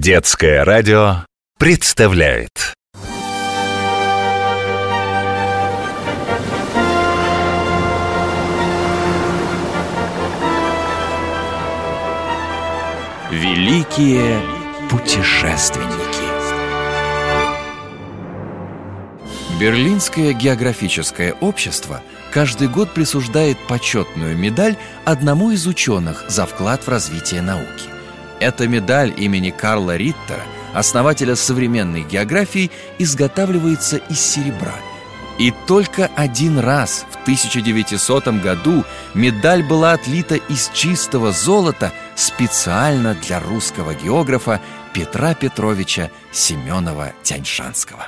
Детское радио представляет Великие путешественники. Берлинское географическое общество каждый год присуждает почетную медаль одному из ученых за вклад в развитие науки. Эта медаль имени Карла Риттера, основателя современной географии, изготавливается из серебра. И только один раз, в 1900 году, медаль была отлита из чистого золота специально для русского географа Петра Петровича Семенова-Тяньшанского.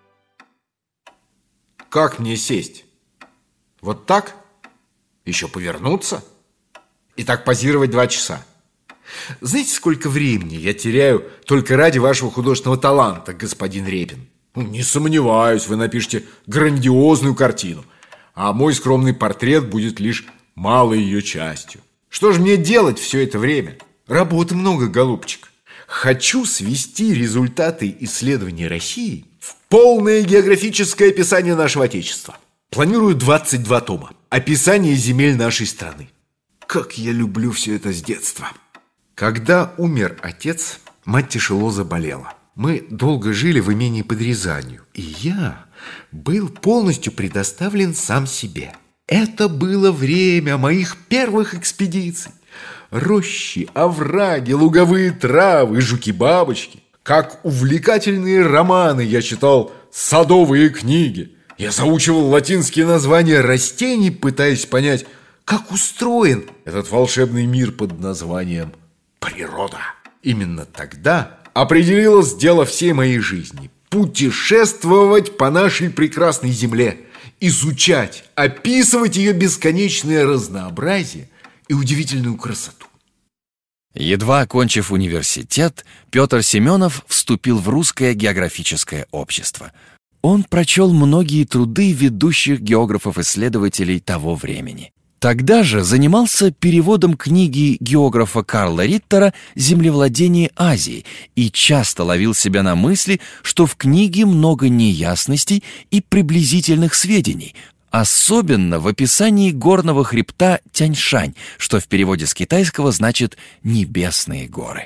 Как мне сесть? Вот так? Еще повернуться? И так позировать 2 часа? Знаете, сколько времени я теряю только ради вашего художественного таланта, господин Репин? Не сомневаюсь, вы напишете грандиозную картину, а мой скромный портрет будет лишь малой ее частью. Что же мне делать все это время? Работы много, голубчик. Хочу свести результаты исследований России в полное географическое описание нашего Отечества. Планирую 22 тома. Описание земель нашей страны. Как я люблю все это с детства. Когда умер отец, мать тяжело заболела. Мы долго жили в имении под Рязанью, и я был полностью предоставлен сам себе. Это было время моих первых экспедиций. Рощи, овраги, луговые травы, жуки-бабочки. Как увлекательные романы я читал садовые книги. Я заучивал латинские названия растений, пытаясь понять, как устроен этот волшебный мир под названием природа. Именно тогда определилось дело всей моей жизни – путешествовать по нашей прекрасной земле, изучать, описывать ее бесконечное разнообразие и удивительную красоту. Едва окончив университет, Петр Семенов вступил в Русское географическое общество. Он прочел многие труды ведущих географов-исследователей того времени. Тогда же занимался переводом книги географа Карла Риттера «Землевладение Азии» и часто ловил себя на мысли, что в книге много неясностей и приблизительных сведений, особенно в описании горного хребта Тяньшань, что в переводе с китайского значит «небесные горы».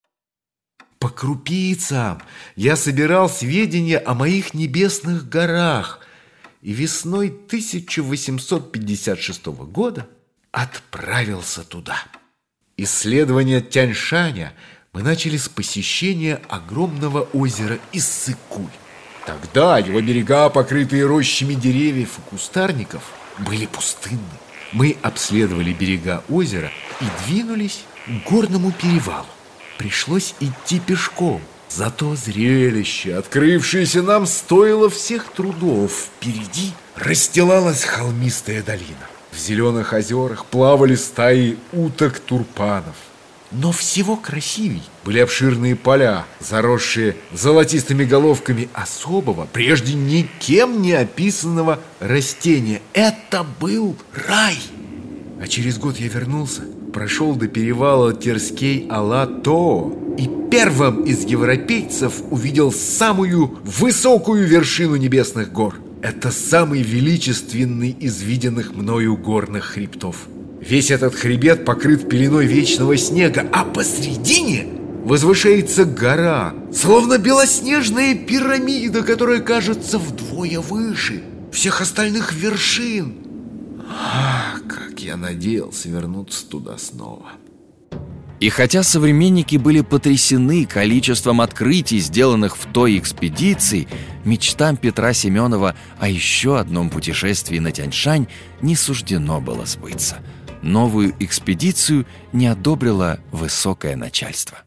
По крупицам я собирал сведения о моих небесных горах и весной 1856 года отправился туда. Исследование Тяньшаня мы начали с посещения огромного озера Иссык-Куль. Тогда его берега, покрытые рощами деревьев и кустарников, были пустынны. Мы обследовали берега озера и двинулись к горному перевалу. Пришлось идти пешком. Зато зрелище, открывшееся нам, стоило всех трудов. Впереди расстилалась холмистая долина. В зеленых озерах плавали стаи уток-турпанов. Но всего красивей были обширные поля, заросшие золотистыми головками особого, прежде никем не описанного растения. Это был рай! А через год я вернулся, прошел до перевала Терскей-Ала-Тоо и первым из европейцев увидел самую высокую вершину небесных гор. Это самый величественный из виденных мною горных хребтов. Весь этот хребет покрыт пеленой вечного снега, а посредине возвышается гора, словно белоснежная пирамида, которая кажется вдвое выше всех остальных вершин. Ах, как я надеялся вернуться туда снова. И хотя современники были потрясены количеством открытий, сделанных в той экспедиции, мечтам Петра Семенова о еще одном путешествии на Тяньшань не суждено было сбыться. Новую экспедицию не одобрило высокое начальство.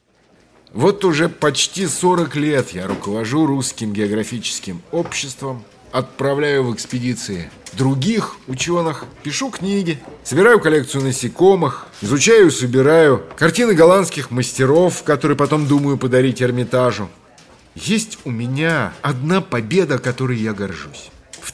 Вот уже почти 40 лет я руковожу Русским географическим обществом, отправляю в экспедиции других ученых, пишу книги, собираю коллекцию насекомых, изучаю и собираю картины голландских мастеров, которые потом думаю подарить Эрмитажу. Есть у меня одна победа, которой я горжусь. В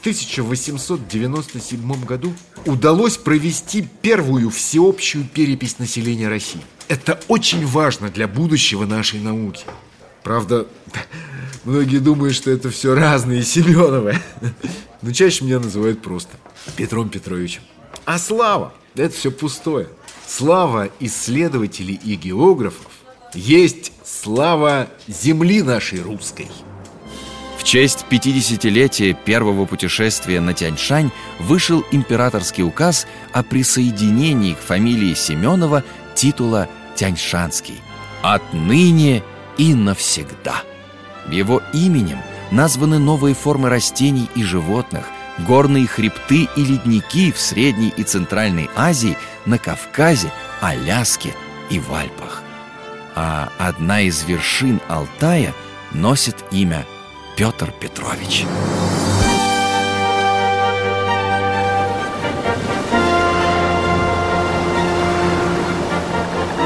1897 году удалось провести первую всеобщую перепись населения России. Это очень важно для будущего нашей науки. Правда, многие думают, что это все разные Семеновы. Но чаще меня называют просто Петром Петровичем. А слава – это все пустое. Слава исследователей и географов есть слава земли нашей русской. В честь 50-летия первого путешествия на Тянь-Шань вышел императорский указ о присоединении к фамилии Семенова титула Тяньшанский отныне и навсегда. Его именем названы новые формы растений и животных, горные хребты и ледники в Средней и Центральной Азии, на Кавказе, Аляске и в Альпах. А одна из вершин Алтая носит имя Петр Петрович.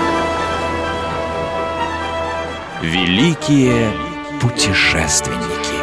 Великие путешественники.